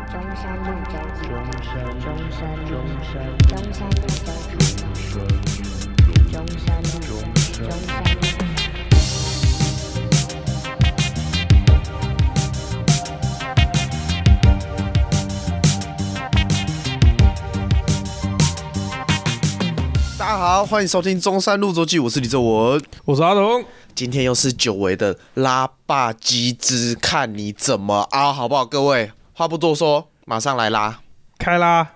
中山路交际，中山路交际，中山路。 大家好，欢迎收听中山路周记，我是李正文， 我是阿童。 今天又是久违的拉霸机之看你怎么凹，好不好？各位，话不多说，马上来拉， 开啦！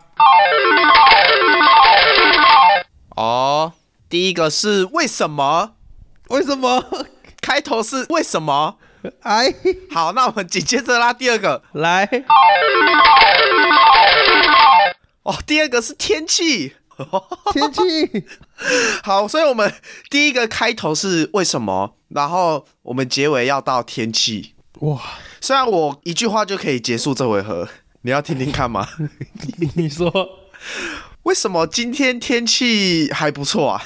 哦，第一个是为什么？ 为什么？ 开头是为什么？ 哎， 好，那我们紧接着拉第二个， 来。 哦，第二个是天气。 天气好，所以我们第一个开头是为什么，然后我们结尾要到天气。 哇， 虽然我一句话就可以结束这回合，你要听听看吗？ 你说为什么今天天气还不错啊？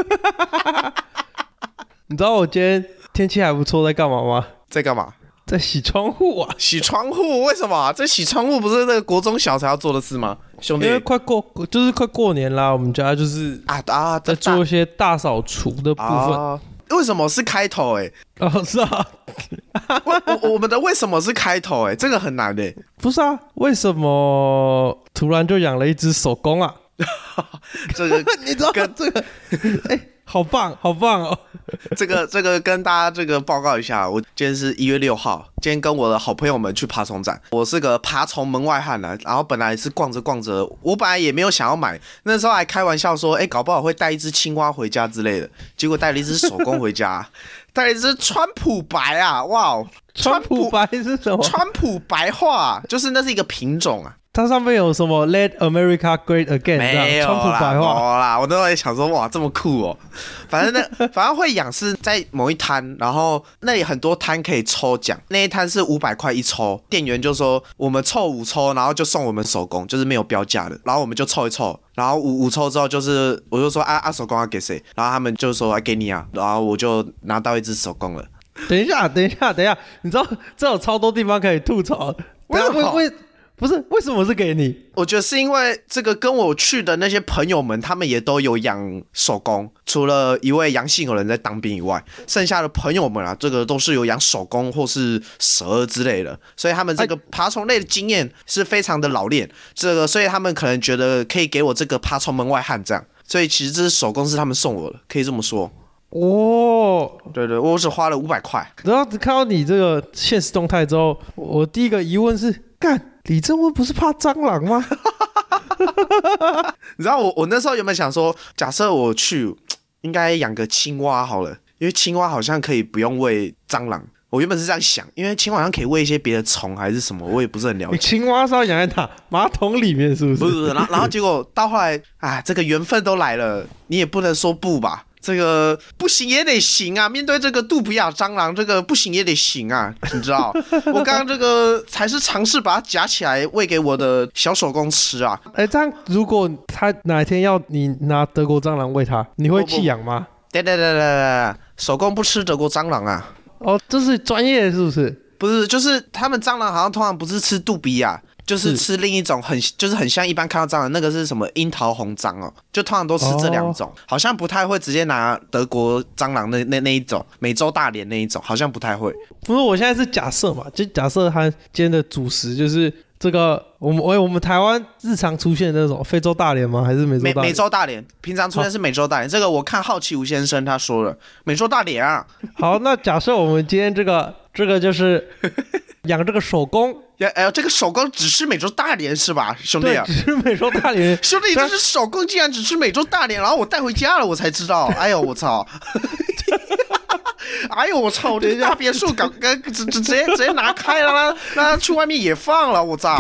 你知道我今天天气还不错，在干嘛吗？ 在干嘛？ 在洗窗户啊！ 洗窗户？为什么啊？这洗窗户不是那个国中小才要做的事吗？兄弟， 因为快过年啦，我们家就是在做一些大扫除的部分。 为什么是开头？ 是啊。 我们的为什么是开头？这个很难的。 不是啊，为什么突然就养了一只手工啊？ 这个你知道这个？好棒，好棒哦！ 这个跟大家这个报告一下，我今天是1月6号，今天跟我的好朋友们去爬虫展。我是个爬虫门外汉啊，然后本来是逛着逛着，我本来也没有想要买，那时候还开玩笑说，搞不好会带一只青蛙回家之类的，结果带了一只手工回家，带了一只川普白啊，哇！ 川普白是什么？ 川普白化，就是那是一个品种啊。 它上面有什么 Let America Great Again？ 没有啦， 川普白话啦，我那时候也想说，哇，这么酷哦！反正会养是在某一摊，然后那里很多摊可以抽奖，那一摊是500块一抽，店员就说我们凑5抽，然后就送我们手工，就是没有标价的，然后我们就凑一凑，然后五抽之后就是我就说手工要给谁，然后他们就说给你啊，然后我就拿到一只手工了。 等一下，你知道这有超多地方可以吐槽， 为什么？ 不是为什么是给你？ 我觉得是因为这个跟我去的那些朋友们，他们也都有养手工，除了一位杨姓友人在当兵以外，剩下的朋友们啊，这个都是有养手工或是蛇之类的，所以他们这个爬虫类的经验是非常的老练，所以他们可能觉得可以给我这个爬虫门外汉这样，所以其实这是手工是他们送我的，可以这么说。 哦， 对，我只花了500块。 然后看到你这个限时动态之后，我第一个疑问是，李正文不是怕蟑螂吗？ 你知道我那时候有没有想说，假设我去，应该养个青蛙好了，因为青蛙好像可以不用喂蟑螂。我原本是这样想，因为青蛙好像可以喂一些别的虫还是什么，我也不是很了解。 你青蛙是要养在哪？马桶里面是不是？ 不是，然后结果到后来，这个缘分都来了，你也不能说不吧。这个不行也得行啊！面对这个杜比亚蟑螂，这个不行也得行啊！你知道，我刚刚这个才是尝试把它夹起来喂给我的小手工吃啊！ 这样如果他哪天要你拿德国蟑螂喂它，你会弃养吗？ 对，手工不吃德国蟑螂啊！ 哦，这是专业是不是？ 不是，就是他们蟑螂好像通常不是吃杜比亚。就是吃另一种就是很像一般看到蟑螂那个是什么樱桃红蟑哦，就通常都吃这2种，好像不太会直接拿德国蟑螂那一种，美洲大蠊那一种，好像不太会。 不是，我现在是假设嘛，就假设他今天的主食就是这个，我们台湾日常出现的那种非洲大蠊吗？还是美洲大蠊？ 美洲大蠊，平常出现是美洲大蠊。这个我看好奇吴先生他说了，美洲大蠊啊。 好，那假设我们今天这个就是养这个手工。 这个手工只吃美洲大蠊是吧，兄弟啊？ 只吃美洲大蠊， 兄弟，这是手工竟然只吃美洲大蠊，然后我带回家了，我才知道。哎呦，我操！哎呦，我操！我这个大别墅直接拿开了，让他去外面野放了，我操！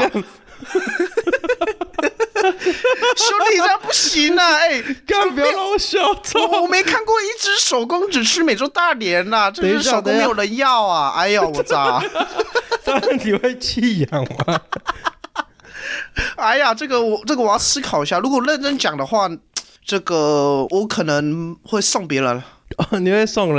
兄弟，这样不行啊！ 干不要让我笑场！ 我没看过一只手工只吃美洲大蠊呐，这只手工没有人要啊！哎呦，我操！ 当然你会弃养吗？ 哎呀，这个我要思考一下。如果认真讲的话，这个我可能会送别人。 你会送人养？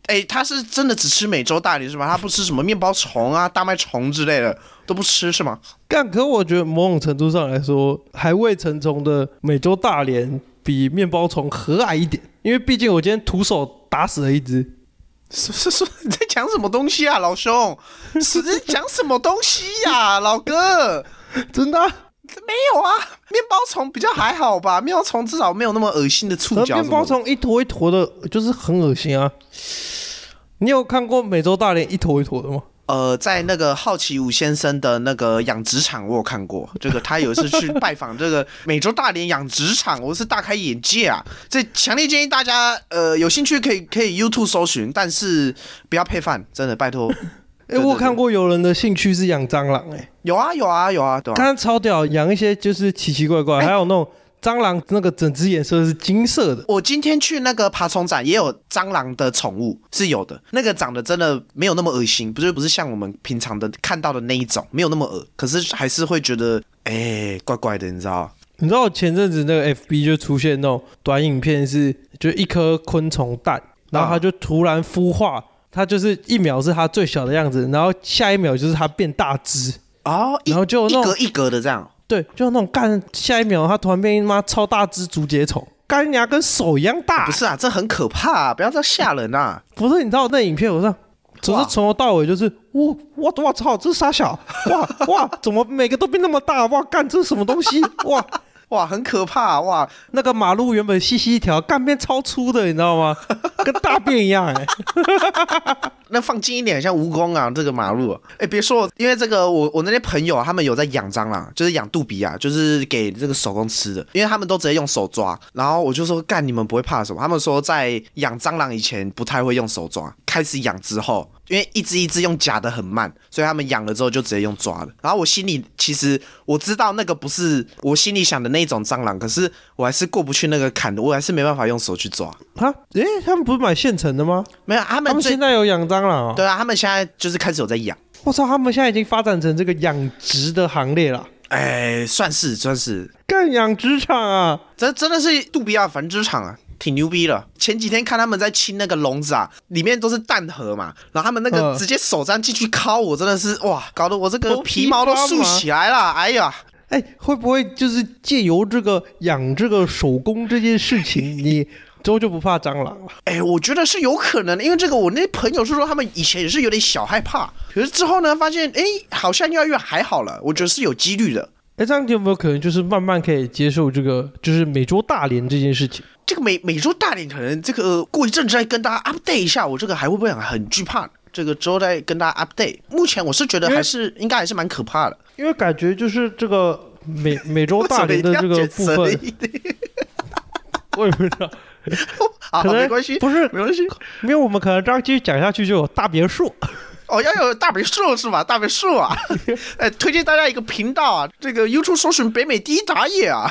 他是真的只吃美洲大蠊是吧？他不吃什么面包虫啊、大麦虫之类的都不吃是吗？ 可我觉得某种程度上来说，还未成虫的美洲大蠊比面包虫和蔼一点，因为毕竟我今天徒手打死了一只。 你在讲什么东西啊，老兄？是在讲什么东西呀、老哥？ 真的、啊？ 没有啊，面包虫比较还好吧？面包虫至少没有那么恶心的触角。 面包虫一坨一坨的，就是很恶心啊。你有看过美洲大蠊一坨一坨的吗？ 在那个好奇五先生的那个养殖场，我有看过。这个他有一次去拜访这个美洲大蠊养殖场，我是大开眼界啊！这强烈建议大家，有兴趣可以 YouTube 搜寻，但是不要配饭，真的拜托。 我有看过有人的兴趣是养蟑螂， 有啊，对吧？ 看超屌，养一些就是奇奇怪怪，还有那种蟑螂那个整只颜色是金色的。 我今天去那个爬虫展也有蟑螂的宠物，是有的。那个长得真的没有那么恶心，不是像我们平常的看到的那一种，没有那么恶，可是还是会觉得怪怪的，你知道？ 你知道前阵子那个 FB 就出现那种短影片是，就一颗昆虫蛋，然后它就突然孵化，它就是1秒是它最小的样子，然后下一秒就是它变大只哦， 然后就那种一格一格的这样。 对，就那种下一秒它突然变妈超大只竹节虫，干牙跟手一样大。 不是啊，这很可怕啊，不要这样吓人啊！ 不是，你知道那影片我上，只是从头到尾就是我操，这是啥小哇，怎么每个都变那么大？哇，干这是什么东西？哇， 很可怕啊！哇， 那个马路原本细细一条，干变超粗的，你知道吗？跟大便一样那放近一点，像蜈蚣啊，这个马路。别说，因为这个我那些朋友他们有在养蟑螂，就是养杜比啊，就是给这个手工吃的，因为他们都直接用手抓。然后我就说，干，你们不会怕什么？他们说在养蟑螂以前不太会用手抓，开始养之后。因为一只一只用夹的很慢，所以他们养了之后就直接用抓的。然后我心里其实我知道那个不是我心里想的那一种蟑螂，可是我还是过不去那个坎的，我还是没办法用手去抓。 啊？他们不是买现成的吗？ 没有，他们现在有养蟑螂哦。 对啊，他们现在就是开始有在养。 我操，他们现在已经发展成这个养殖的行列了。 算是干养殖场啊， 这真的是杜比亚繁殖场啊。挺牛逼的，前几天看他们在清那个笼子啊，里面都是蛋壳嘛，然后他们那个直接手这样进去敲，我真的是哇，搞得我这个皮毛都竖起来了，哎呀！ 会不会就是借由这个养这个手工这件事情，你之后就不怕蟑螂了？ 我觉得是有可能的，因为这个我那朋友是说他们以前也是有点小害怕，可是之后呢发现好像越来越还好了，我觉得是有几率的。 这样有没有可能就是慢慢可以接受这个就是美洲大蠊这件事情？ 这个美洲大蠊可能这个过一阵子再跟大家 update 一下，我这个还会不会很惧怕？这个之后再跟大家 update。目前我是觉得应该还是蛮可怕的， 因为感觉就是这个美洲大蠊的这个部分，我也不知道。 好，没关系， 不是没关系， 因为我们可能这样继续讲下去就有大别墅。 要有大别墅是吧？大别墅啊！推荐大家一个频道啊，这个 YouTube 搜寻北美第一打野啊。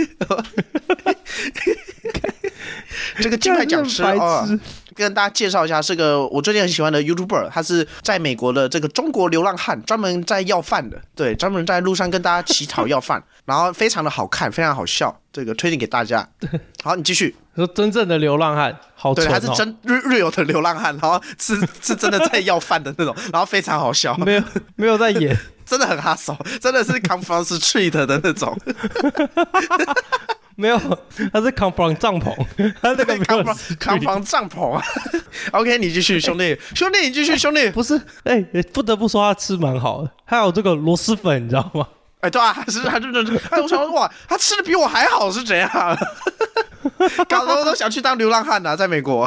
这个金牌讲师啊，跟大家介绍一下，这个我最近很喜欢的 YouTuber， 他是在美国的这个中国流浪汉，专门在要饭的，对，专门在路上跟大家乞讨要饭，然后非常的好看，非常好笑，这个推荐给大家。好，你继续。 说真正的流浪汉，好蠢哦， 对，他是真日有的流浪汉，然后是真的在要饭的那种，然后非常好笑， 没有在演， 真的很哈手，真的是 come from street 的那种。 没有，他是 come from 帐篷，他那个 come from 帐篷。OK， 你继续，兄弟，你继续，兄弟。 不是，不得不说他吃蛮好的，还有这个螺蛳粉，你知道吗？ 对啊，他我想说哇，他吃的比我还好是怎样？搞得我都想去当流浪汉啊，在美国。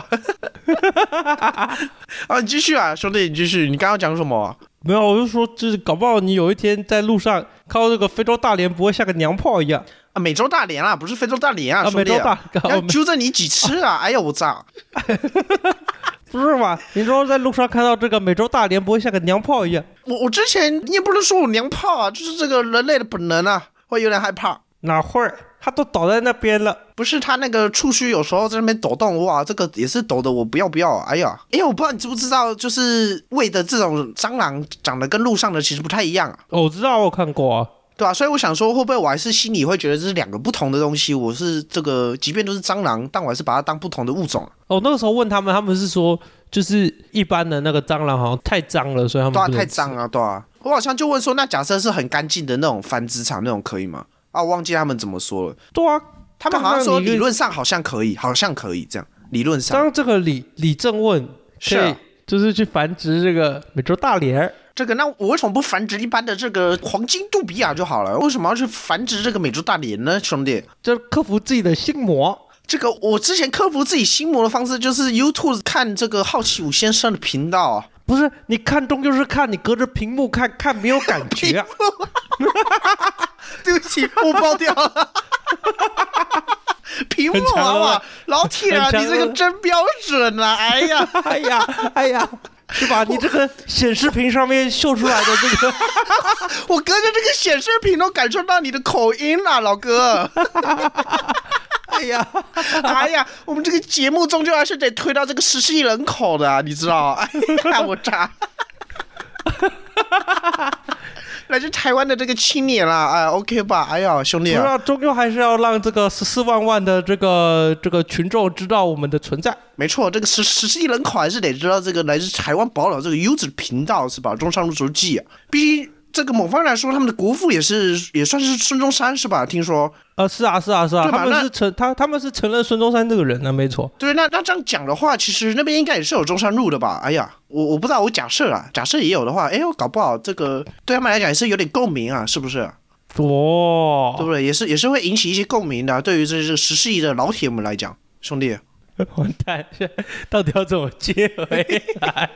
你继续啊，兄弟，你继续，你刚刚讲什么？ 没有，我就说，就是搞不好你有一天在路上看到这个非洲大蠊，不会像个娘炮一样啊？美洲大蠊啊，不是非洲大蠊啊，兄弟啊，要纠正你几次啊？哎呀，我操！ 不是吧？你说在路上看到这个美洲大蠊，不会像个娘炮一样？ 我之前你也不能说我娘炮啊，就是这个人类的本能啊，会有点害怕。 哪会儿？他都倒在那边了。 不是他那个触须有时候在那边抖动，哇，这个也是抖的我不要，哎呀，我不知道你知不知道，就是喂的这种蟑螂长得跟路上的其实不太一样啊。 我知道，我有看过啊。 对啊，所以我想说，会不会我还是心里会觉得这是2个不同的东西？我是这个，即便都是蟑螂，但我还是把它当不同的物种。 哦，那个时候问他们是说，就是一般的那个蟑螂好像太脏了，所以他们对啊， 不能吃太脏啊，对啊。我好像就问说，那假设是很干净的那种繁殖场那种可以吗？啊，我忘记他们怎么说了。 对啊， 他们好像说刚刚理论上好像可以，好像可以这样。理论上， 刚这个李正问是啊可以就是去繁殖这个美洲大蠊。 这个，那我为什么不繁殖一般的这个黄金杜比亚就好了？为什么要去繁殖这个美洲大蠊呢，兄弟？ 就克服自己的心魔。 这个我之前克服自己心魔的方式就是 YouTube 看这个好奇五先生的频道啊。 不是你看终究是看，你隔着屏幕看没有感觉啊。 对不起，我爆掉了。屏幕好不好？老铁啊，你这个真标准啊！哎呀， 哎呀，是吧？你这个显示屏上面秀出来的这个， 我隔着这个显示屏都感受到你的口音了，老哥。哎呀，我们这个节目终究还是得推到这个14亿人口的、啊，你知道？哎呀，我炸！来自台湾的这个青年啦，哎 ，OK 吧？哎呀，兄弟不是，终究还是要让这个14万的这个群众知道我们的存在。 没错，这个14亿人口还是得知道这个来自台湾宝岛这个优质频道是吧？中山路周记啊，毕竟这个某方面来说，他们的国父也算是孙中山是吧？听说。 是啊，他们是承认孙中山这个人呢，没错。 对，那这样讲的话，其实那边应该也是有中山路的吧？哎呀，我不知道，我假设也有的话，哎，我搞不好这个对他们来讲也是有点共鸣啊，是不是？ 哇， 对不对？也是会引起一些共鸣的、啊，对于这14亿的老铁们来讲，兄弟。 完蛋，到底要怎么接回来？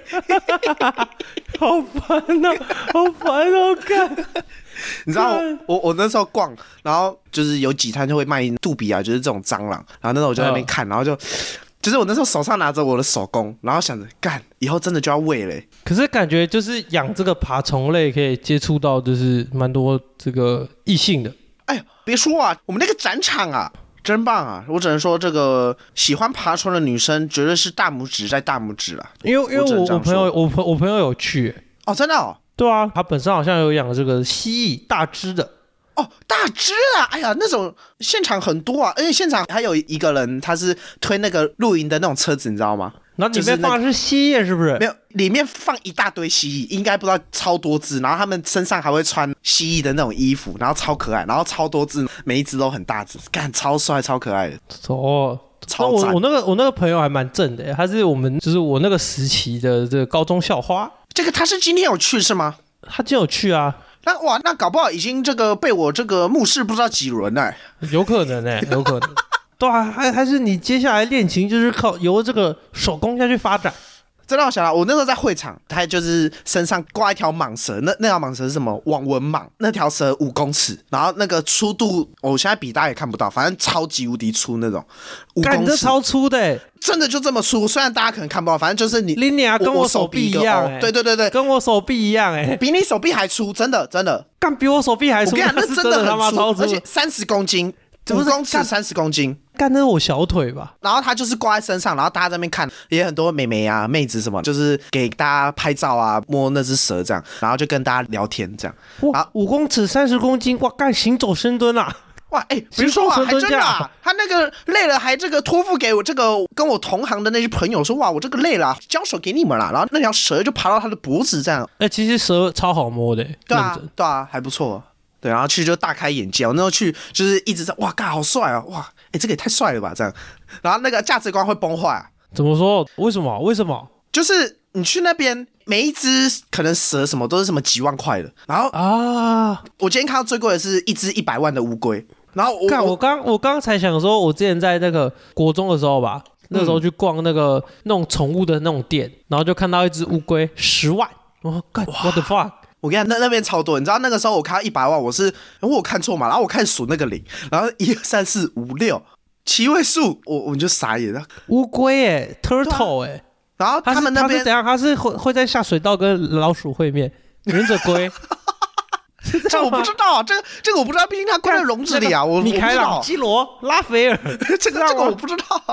好烦哦，看。 你知道我那时候逛，然后就是有几摊就会卖杜比啊，就是这种蟑螂，然后那时候我就在那边看，然后就是我那时候手上拿着我的手工，然后想着干，以后真的就要喂嘞。 可是感觉就是养这个爬虫类可以接触到就是蛮多这个异性的。 哎呀，别说啊，我们那个展场啊。真棒啊！我只能说，这个喜欢爬虫的女生绝对是大拇指在大拇指了。 因为我朋友有去哦，真的哦。 对啊，他本身好像有养这个蜥蜴大只的。 哦，大只啊！哎呀，那种现场很多啊，而且现场还有一个人，他是推那个露营的那种车子，你知道吗？ 然后里面放的是蜥蜴，是不是？ 没有，里面放一大堆蜥蜴，应该不知道超多只，然后他们身上还会穿蜥蜴的那种衣服，然后超可爱，然后超多只，每一只都很大只，干超帅超可爱的。 哦， 超赞！ 我那个朋友还蛮正的，他是就是我那个时期的这个高中校花。 这个他是今天有去是吗？ 他今天有去啊。 那搞不好已经这个被我这个目视不知道几轮了。 有可能有可能。对啊，还是你接下来练琴就是靠由这个手工下去发展。 真让我想到，我那时候在会场，他就是身上挂一条蟒蛇，那条蟒蛇是什么？网纹蟒，那条蛇5公尺，然后那个粗度，我现在比大家也看不到，反正超级无敌粗那种，5公尺， 这超粗的， 真的就这么粗。虽然大家可能看不到，反正就是你跟我手臂一样， 对， 跟我手臂一样， 比你手臂还粗，真的， 干比我手臂还粗， 我跟你讲，那真的他妈超粗， 而且30公斤，5公尺30公斤。 干那是我小腿吧， 然后他就是挂在身上，然后大家在那边看，也很多美眉啊、妹子什么，就是给大家拍照啊，摸那只蛇这样，然后就跟大家聊天这样。 哇，5公尺30公斤，哇，干行走深蹲啊！ 哇，哎，别说啊，还真的啊，他那个累了还这个托付给我这个跟我同行的那些朋友说，哇，我这个累了，交手给你们了。然后那条蛇就爬到他的脖子这样。 哎，其实蛇超好摸的， 对啊，还不错。对，然后去就大开眼界。我那时候去就是一直在哇，干好帅啊，哇，哎，这个也太帅了吧，这样。然后那个价值观会崩坏啊。 怎么说？为什么？ 就是你去那边，每一只可能蛇什么都是什么几万块的。然后啊，我今天看到最贵的是一只100万的乌龟。然后我刚才想说，我之前在那个国中的时候吧，那时候去逛那种宠物的那种店，然后就看到一只乌龟10万，我干 what the fuck。 我跟你讲，那边超多，你知道那个时候我看到100万，我看错嘛，然后我开始数那个0，然后1、2、3、4、5、6 7位数，我就傻眼了。 乌龟turtle 然后他们那边他是会在下水道跟老鼠会面，忍者龟。 这我不知道啊，这个我不知道，毕竟它关在笼子里啊。我米开朗基罗拉斐尔， 这个我不知道啊。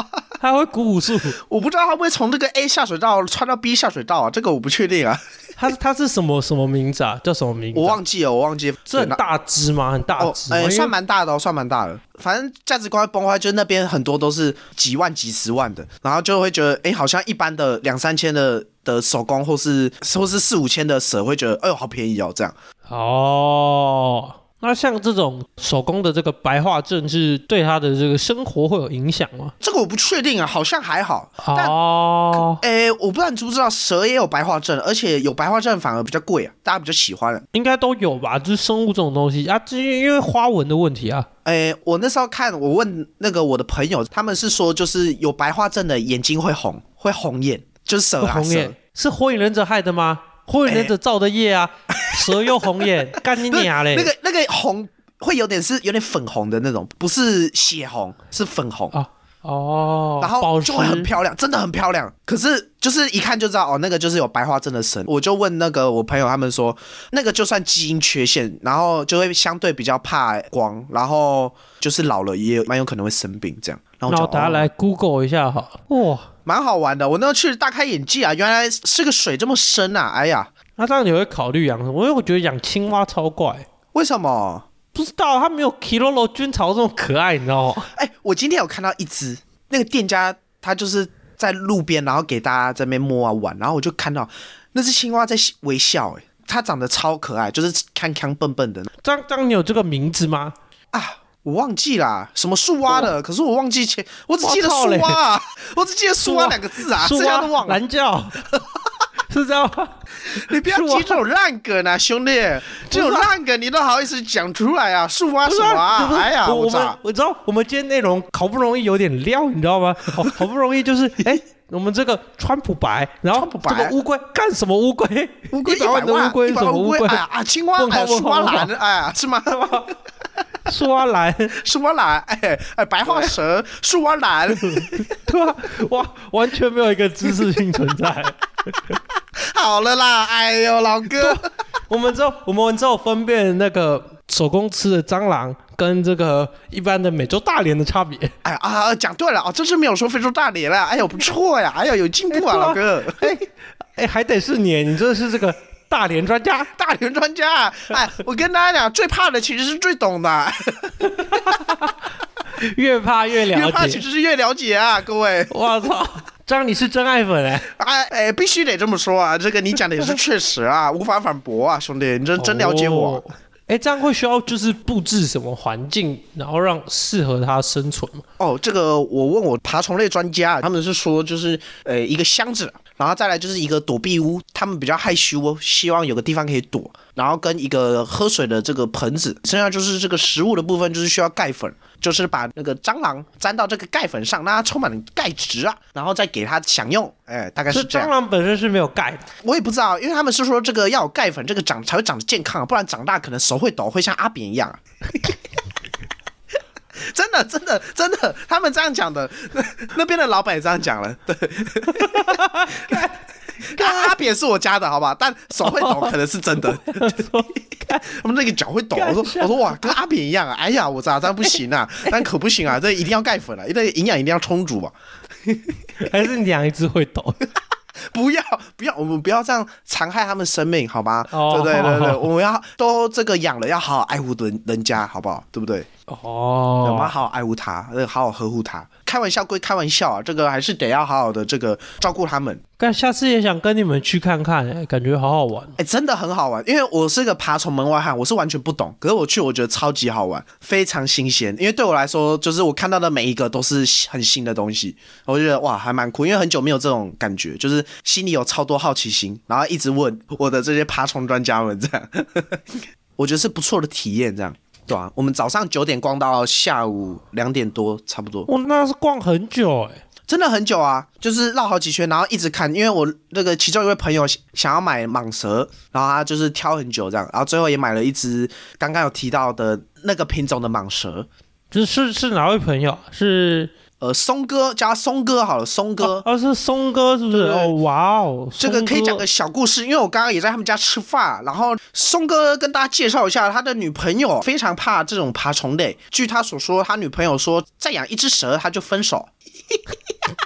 它会鼓舞树。 我不知道它会不会从这个 A 下水道穿到 B 下水道啊，这个我不确定啊。 它是什么名字啊？叫什么名字？ 我忘记了。 这很大只吗？很大只吗？ 算蛮大的算蛮大的。反正价值观崩坏，就是那边很多都是几万、几十万的，然后就会觉得，好像一般的2-3千的手工，或是4-5千的蛇，会觉得，哎呦，好便宜哦，这样。 哦。那像这种手工的这个白化症是对他的这个生活会有影响吗？ 这个我不确定啊，好像还好。 哦， 我不知道你知不知道，蛇也有白化症，而且有白化症反而比较贵啊，大家比较喜欢。 应该都有吧，就是生物这种东西啊，因为花纹的问题啊。 我那时候看，我问那个我的朋友，他们是说，就是有白化症的眼睛会红眼，就是蛇啊， 红眼是火影忍者害的吗？火影忍者造的业啊，蛇又红眼，干你娘嘞！ 那个红会有点粉红的那种，不是血红，是粉红啊。 哦， 然后就会很漂亮，真的很漂亮。可是就是一看就知道，哦，那个就是有白化症的神。我就问那个我朋友，他们说，那个就算基因缺陷，然后就会相对比较怕光，然后就是老了也蛮有可能会生病这样。然后大家来 Google 一下哈，哇， 蛮好玩的。我那时候去大开眼界啊，原来是个水这么深啊！哎呀， 那这样你会考虑养什么？因为我觉得养青蛙超怪。 为什么？ 不知道，它没有 Kiroro 军曹这么可爱，你知道吗？ 我今天有看到一只，那个店家他就是在路边，然后给大家在那边摸啊玩，然后我就看到那只青蛙在微笑，它长得超可爱，就是康康笨笨的。 这样你有这个名字吗？ 我忘记啦，什么树蛙的，可是我忘记我只记得树蛙啊，我只记得树蛙2个字啊，剩下都忘了。 蓝叫。是这样吗？ 你不要记这种烂梗啊，兄弟！这种烂梗你都好意思讲出来啊？树蛙什么啊？哎呀，我知道，我们今天内容好不容易有点料，你知道吗？好不容易就是我们这个川普白，然后这个乌龟干什么乌龟？100万的乌龟，什么乌龟？ 青蛙，树蛙蓝，是吗？ 树蛙蓝， 白化蛇，树蛙蓝， 对啊，哇，完全没有一个知识性存在。 好了啦，哎呦，老哥， 我们之后分辨那个手工吃的蟑螂跟这个一般的美洲大蠊的差别。 讲对了这次没有说非洲大蠊了，哎呦不错呀，哎呦有进步啊，老哥， 还得是你这是这个大蠊专家， 我跟大家讲，最怕的其实是最懂的， 越怕越了解， 越怕其实是越了解啊，各位， 我操！这样你是真爱粉必须得这么说啊！这个你讲的也是确实啊，无法反驳啊，兄弟，你真了解我。 这样会需要就是布置什么环境，然后让适合它生存吗？ 这个我问我爬虫类专家，他们是说就是一个箱子，然后再来就是一个躲避屋，他们比较害羞，希望有个地方可以躲，然后跟一个喝水的这个盆子，剩下就是这个食物的部分就是需要钙粉，就是把那个蟑螂粘到这个钙粉上，让它充满钙质啊，然后再给它享用，大概是这样。 蟑螂本身是没有钙的， 我也不知道，因为他们是说这个要有钙粉，这个才会长得健康，不然长大可能手会抖，会像阿扁一样。真的，他们这样讲的，那边的老板也这样讲了，对。阿扁是我家的，好吧，但手会抖可能是真的。他们那个脚会抖，我说哇，跟阿扁一样啊！哎呀，我操，这样不行啊，但可不行啊，这一定要钙粉啊，这营养一定要充足啊。 还是你养一只会抖？ 不要，我们不要这样残害他们生命，好吗？对，我们要都这个养了，要好好爱护人家，好不好？对不对？我们要好好爱护他，好好呵护他。开玩笑归开玩笑啊，这个还是得要好好的这个照顾他们。 但下次也想跟你们去看看，感觉好好玩。 真的很好玩，因为我是个爬虫门外汉，我是完全不懂，可是我去我觉得超级好玩，非常新鲜。因为对我来说，就是我看到的每一个都是很新的东西，我就觉得哇还蛮酷，因为很久没有这种感觉，就是心里有超多好奇心，然后一直问我的这些爬虫专家们这样，我觉得是不错的体验这样。对啊，我们早上9点逛到下午2点多，差不多。 那是逛很久真的很久啊，就是绕好几圈，然后一直看。因为我那个其中一位朋友想要买蟒蛇，然后他就是挑很久这样，然后最后也买了一只刚刚有提到的那个品种的蟒蛇。 是哪位朋友？是松哥，叫他松哥好了，松哥。 是松哥是不是？哇哦， 这个可以讲个小故事，因为我刚刚也在他们家吃饭，然后松哥跟大家介绍一下，他的女朋友非常怕这种爬虫类，据他所说，他女朋友说再养一只蛇他就分手。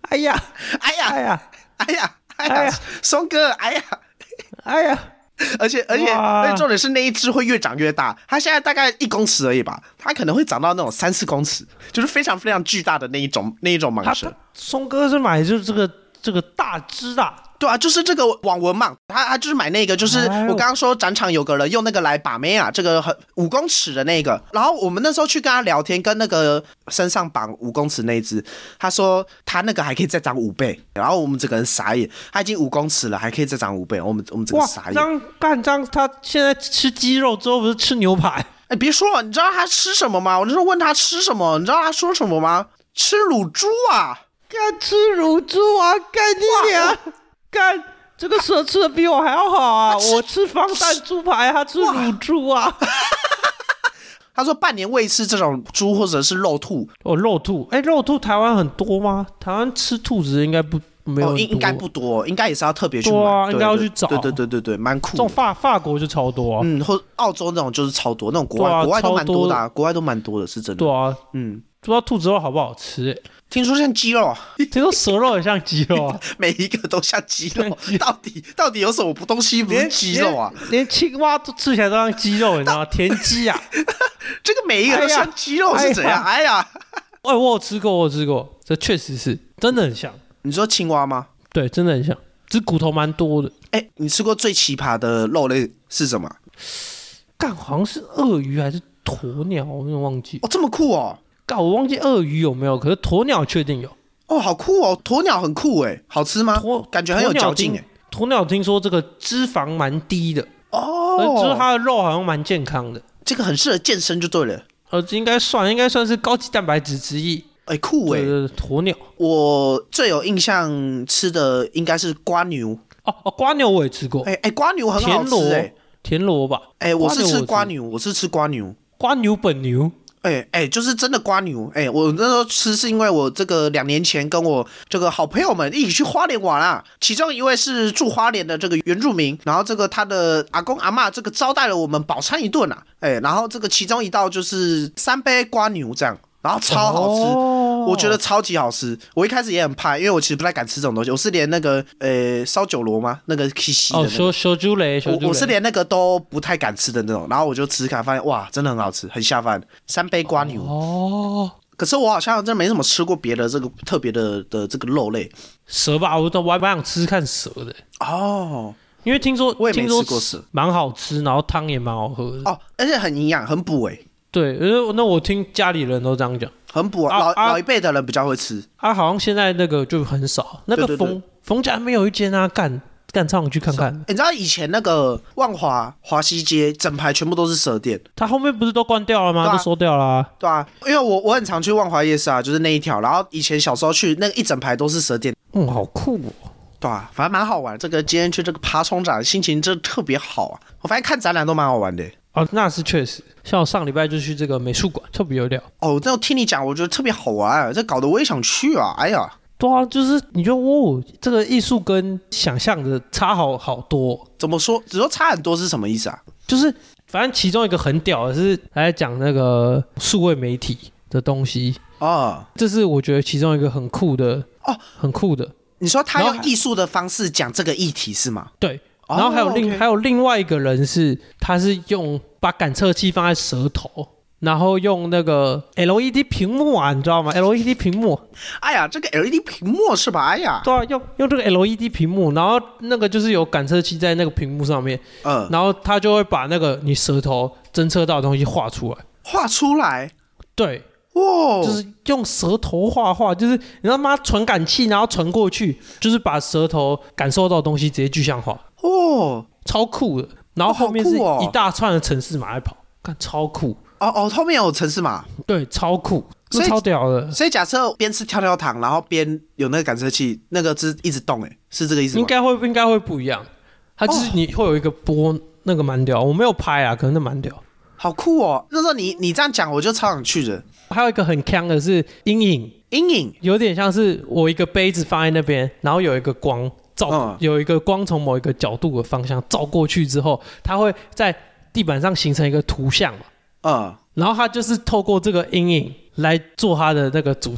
哎呀， 哎呀， 哎呀， 哎呀，哎哎呀呀，松哥，哎呀， 哎呀， 而且重点是那一只会越长越大，它现在大概1公尺而已吧，它可能会长到那种3-4公尺，就是非常非常巨大的那一种蟒蛇。 松哥是买就是这个大只的。 对啊，就是这个网纹蟒，他就是买那个，就是我刚刚说展场有个人用那个来把妹啊，这个5公尺的那个，然后我们那时候去跟他聊天，跟那个身上绑5公尺那一只，他说他那个还可以再长5倍，然后我们整个人傻眼，他已经5公尺了，还可以再长5倍，我们整个傻眼。 这样，他现在吃鸡肉之后不是吃牛排？ 哎，别说了，你知道他吃什么吗？我那时候问他吃什么，你知道他说什么吗？吃乳猪啊！ 干吃乳猪啊！干你娘！干这个蛇吃的比我还要好啊！我吃防弹猪排，他吃乳猪啊！ 他说半年喂一次这种猪或者是肉兔。 哦，肉兔，肉兔台湾很多吗？台湾吃兔子应该没有很多， 应该不多，应该也是要特别去买， 应该要去找。 对，蛮酷的。 这种法国就超多啊， 或澳洲那种就是超多，那种国外都蛮多的，国外都蛮多的，是真的。 对啊，不知道兔子肉好不好吃？ 听说像鸡肉， 听说蛇肉也像鸡肉啊， 每一个都像鸡肉，到底有什么东西不是鸡肉啊？ 连青蛙都吃起来都像鸡肉，你知道吗？田鸡啊， 这个每一个都像鸡肉是怎样？哎呀， 我有吃过，这确实是真的很像。 你说青蛙吗？ 对，真的很像，只骨头蛮多的。 你吃过最奇葩的肉类是什么？ 好像是鳄鱼还是鸵鸟，我有点忘记。 这么酷哦！ 我忘记鳄鱼有没有，可是鸵鸟确定有。 好酷哦！鸵鸟很酷哎，好吃吗？感觉很有嚼劲哎。 鸵鸟听说这个脂肪蛮低的就是它的肉好像蛮健康的。 这个很适合健身就对了。 应该算是高级蛋白质之一。 酷哎！ 鸵鸟， 我最有印象吃的应该是瓜牛。 瓜牛我也吃过。 瓜牛很好吃哎。 田螺吧。 我是吃瓜牛，瓜牛本牛。 就是真的瓜牛。我那时候吃是因为我这个2年前跟我这个好朋友们一起去花莲玩啦，其中一位是住花莲的这个原住民，然后这个他的阿公阿嬷这个招待了我们饱餐一顿啊。然后这个其中一道就是3杯瓜牛这样，然后超好吃。我觉得超级好吃。我一开始也很怕，因为我其实不太敢吃这种东西。我是连那个烧酒螺吗？那个可以吸的那个小猪雷， 我是连那个都不太敢吃的那种。然后我就吃看，发现哇，真的很好吃，很下饭。3杯瓜牛。可是我好像真没什么吃过别的这个特别的这个肉类。 蛇吧，我还蛮想吃看蛇的。因为听说我也没吃过蛇， 蛮好吃，然后汤也蛮好喝的。 而且很营养，很补对，那我听家里人都这样讲，很补啊。老一辈的人比较会吃。 好像现在那个就很少。那个逢甲没有一间啊，干超想去看看。 你知道以前那个万华华西街整排全部都是蛇店， 它后面不是都关掉了吗？都收掉了。 对啊，因为我很常去万华夜市啊，就是那一条。然后以前小时候去那个一整排都是蛇店。 好酷哦。 对啊，反正蛮好玩。这个今天去这个爬虫展，心情真的特别好啊。我发现看展览都蛮好玩的。 那是确实。像我上礼拜就去这个美术馆，特别有料。 这听你讲，我觉得特别好玩，这搞得我也想去啊。哎呀， 对啊，就是你觉得这个艺术跟想象的差好多。 怎么说？只说差很多是什么意思啊？ 就是反正其中一个很屌的是他在讲那个数位媒体的东西这是我觉得其中一个很酷的很酷的。 你说他用艺术的方式讲这个议题是吗？ 对。然后还有另外一个人他是把感测器放在舌头，然后用那个 LED 屏幕啊，你知道吗 ？LED 屏幕。 哎呀，这个 LED 屏幕是吧？哎呀， 对啊，用这个 LED 屏幕，然后那个就是有感测器在那个屏幕上面，然后他就会把那个你舌头侦测到的东西画出来。对。就是用舌头画，就是你知道吗？传感器然后传过去，就是把舌头感受到的东西直接具象化。超酷的。然后后面是一大串的程式码在跑，看超酷。 后面有程式码。对， 超酷，超屌的。 所以假设边吃跳跳糖，然后边有那个感测器，那个是一直动，是这个意思吗？ 应该会不一样。它就是你会有一个波，那个蛮屌。我没有拍啊，可能那蛮屌。 好酷哦！那时候你这样讲，我就超想去的。 还有一个很强的是阴影，有点像是我一个杯子放在那边，然后有一个光有一个光从某一个角度的方向照过去之后，它会在地板上形成一个图像嘛。然后它就是透过这个阴影来做它的那个主题，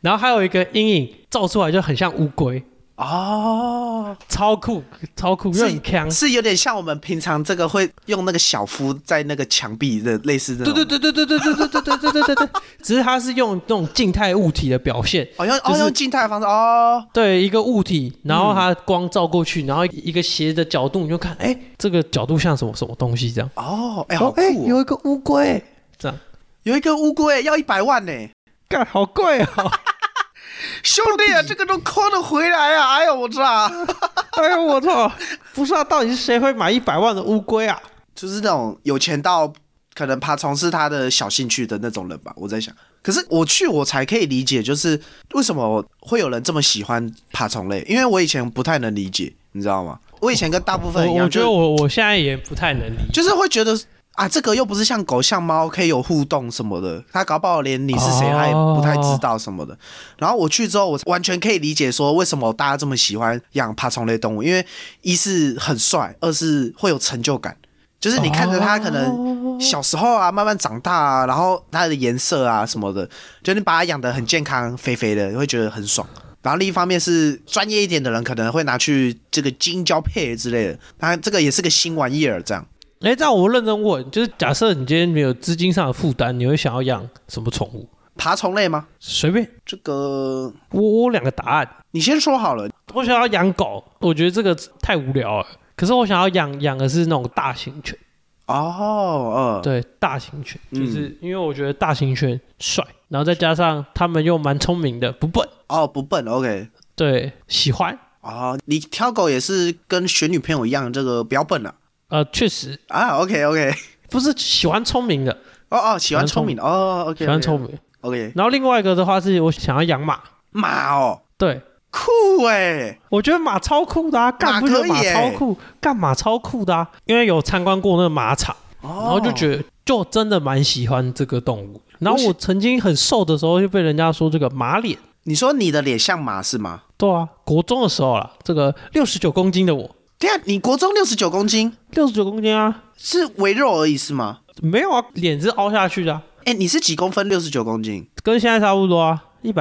然后还有一个阴影照出来就很像乌龟。 哦， 超酷，超酷，又很强， 是有点像我们平常这个会用那个小敷在那个墙壁的类似那种。 对，只是它是用那种静态物体的表现， 用静态的方式哦。 对，一个物体，然后它光照过去，然后一个斜的角度，你就看，这个角度像什么什么东西这样。 好酷哦！ 有一个乌龟，这样有一个乌龟要100万呢， 干好贵哦。 兄弟啊，这个都抠得回来啊！哎呦我操！ 哎呦我操！不是啊，到底是谁会买100万的乌龟啊？ 就是那种有钱到可能爬虫是他的小兴趣的那种人吧。我在想，可是我才可以理解，就是为什么会有人这么喜欢爬虫类，因为我以前不太能理解，你知道吗？我以前跟大部分人一样， 我觉得我现在也不太能理解， 就是会觉得。这个又不是像狗像猫可以有互动什么的，他搞不好连你是谁他也不太知道什么的。然后我去之后，我完全可以理解说为什么大家这么喜欢养爬虫类动物，因为一是很帅，二是会有成就感。就是你看着他可能小时候慢慢长大啊，然后它的颜色啊什么的，就你把它养得很健康肥肥的，你会觉得很爽。然后另一方面是专业一点的人可能会拿去这个基因交配之类的，当然这个也是个新玩意儿这样。 这样我认真问，就是假设你今天没有资金上的负担，你会想要养什么宠物？ 爬虫类吗？ 随便。 这个我有2个答案， 你先说好了。 我想要养狗，我觉得这个太无聊了。可是我想要养的是那种大型犬。对，大型犬，就是因为我觉得大型犬帅，然后再加上他们又蛮聪明的，不笨。 不笨 ，OK。 对，喜欢。 你挑狗也是跟选女朋友一样，这个不要笨了。 确实 OK， 不是喜欢聪明的喜欢聪明的，OK， 喜欢聪明 ，OK。 然后另外一个的话是我想要养马，对， 酷我觉得马超酷的干不觉得马超酷，干马超酷的因为有参观过那个马场，然后就觉得就真的蛮喜欢这个动物。然后我曾经很瘦的时候就被人家说这个马脸， 你说你的脸像马是吗？ 对啊，国中的时候啦，这个69公斤的我。 对啊，你国中69公斤 ？69公斤啊， 是围肉而已是吗？ 没有啊，脸是凹下去的你是几公分？69公斤， 跟现在差不多啊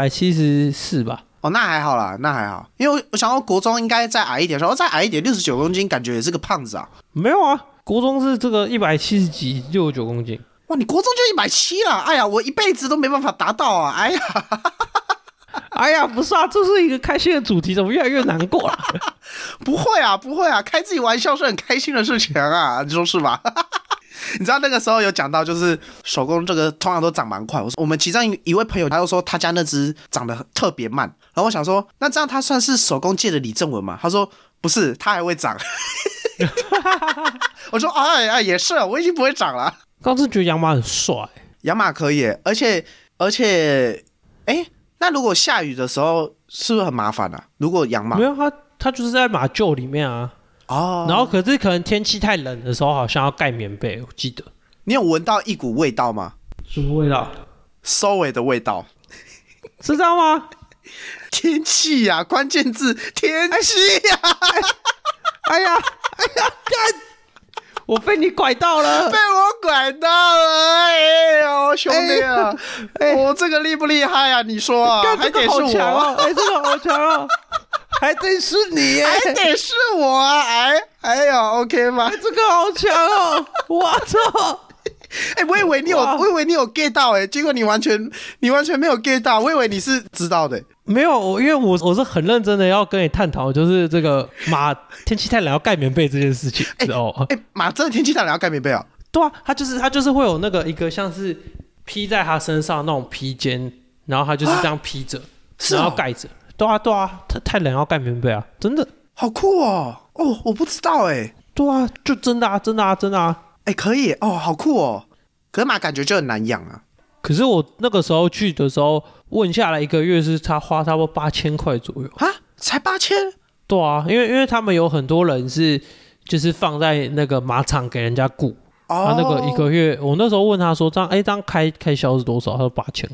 ，174吧。 那还好啦，那还好，因为我想到国中应该再矮一点，想要再矮一点，69公斤感觉也是个胖子啊。 没有啊，国中是这个170几，69公斤。 哇，你国中就170了，哎呀，我一辈子都没办法达到啊，哎呀。 哎呀，不是啊，这是一个开心的主题，怎么越来越难过了？ 不会啊，开自己玩笑是很开心的事情啊，你说是吧？你知道那个时候有讲到，就是手工这个通常都长蛮快。我们其中一位朋友他就说他家那只长得特别慢，然后我想说，那这样他算是手工界的李正文吗？他说不是，他还会长。我说也是，我已经不会长了。 刚是觉得养马很帅， 养马可以，而且，那如果下雨的时候是不是很麻烦啊？如果养马没有他就是在马厩里面啊。然后可是可能天气太冷的时候，好像要盖棉被。我记得你有闻到一股味道吗？ 什么味道？ 收尾的味道， 是这样吗？ 天气呀，关键字天气呀！ 哎呀，干！我被你拐到了， 被我拐到了！哎呦，兄弟啊，我这个厉不厉害啊？你说啊，还得是我， 这个好强哦，还得是你， 还得是我啊！哎呦 ，OK 吗？ 这个好强哦！我操！ 我以为你有 get 到结果你完全没有 get 到，我以为你是知道的。 没有，因为我是很认真的要跟你探讨，就是这个马天气太冷要盖棉被这件事情。 马真的天气太冷要盖棉被啊？ 对啊，它就是会有那个一个像是披在它身上那种披肩，然后它就是这样披着，然后盖着。对啊，太冷要盖棉被啊，真的好酷哦！我不知道对啊，就真的啊。 可以好酷哦！可是马感觉就很难养啊。 可是我那个时候去的时候，问下来1个月是他花差不多8000块左右啊，才8000？ 对啊，因为他们有很多人是就是放在那个马场给人家雇。那个1个月，我那时候问他说这样开销是多少？他说8000块。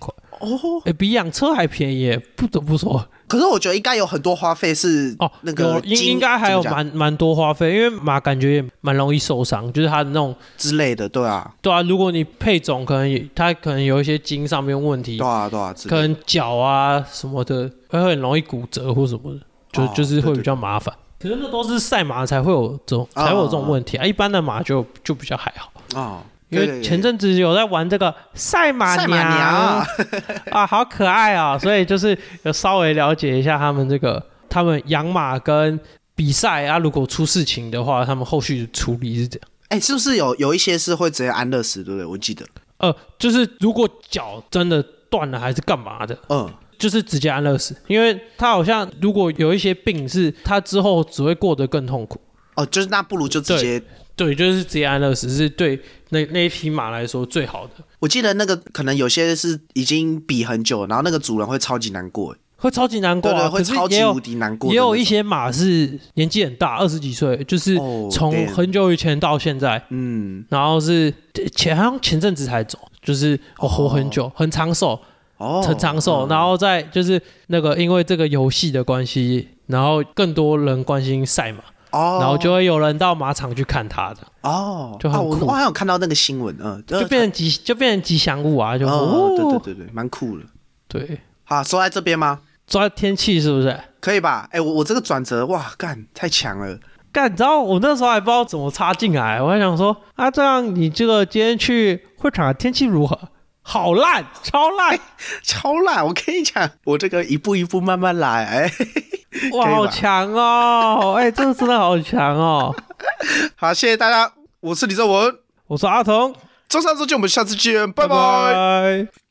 哦， 比养车还便宜耶，不得不说。 可是我觉得应该有很多花费是那个应该还有蛮多花费，因为马感觉也蛮容易受伤，就是它的那种之类的，对啊， 对啊。如果你配种它可能有一些筋上面问题， 对啊， 可能脚啊什么的会很容易骨折或什么的，就是会比较麻烦。可是那都是赛马才会有这种问题啊，一般的马就比较还好啊。 因为前阵子有在玩这个赛马娘啊，好可爱啊，所以就是有稍微了解一下他们养马跟比赛啊，如果出事情的话，他们后续处理是这样。 是不是有一些是会直接安乐死，对不对？我记得， 就是如果脚真的断了还是干嘛的，就是直接安乐死，因为他好像如果有一些病是他之后只会过得更痛苦。 就是那不如就直接对，就是直接安乐死是对那一匹马来说最好的。 我记得那个可能有些是已经比很久，然后那个主人会超级难过， 会超级难过啊， 对，会超级无敌难过。 也有一些马是年纪很大，20几岁，就是从很久以前到现在，然后是好像前阵子才走，就是活很久，很长寿。很长寿，然后再就是那个因为这个游戏的关系，然后更多人关心赛马，然后就会有人到马场去看他的，就很酷。 我好像有看到那个新闻， 就变成吉祥物啊， 对，蛮酷的。 对， 好，说在这边吗？ 说在天气是不是？ 可以吧？我这个转折，哇，干太强了。 干，你知道我那时候还不知道怎么插进来，我还想说啊，这样你这个今天去会场的天气如何？好烂，超烂， 超烂！我跟你讲，我这个一步一步慢慢来， 哇，好强哦！这个真的好强哦！ 好，谢谢大家，我是李正文， 我是阿童， 中山周记，我们下次见，拜拜。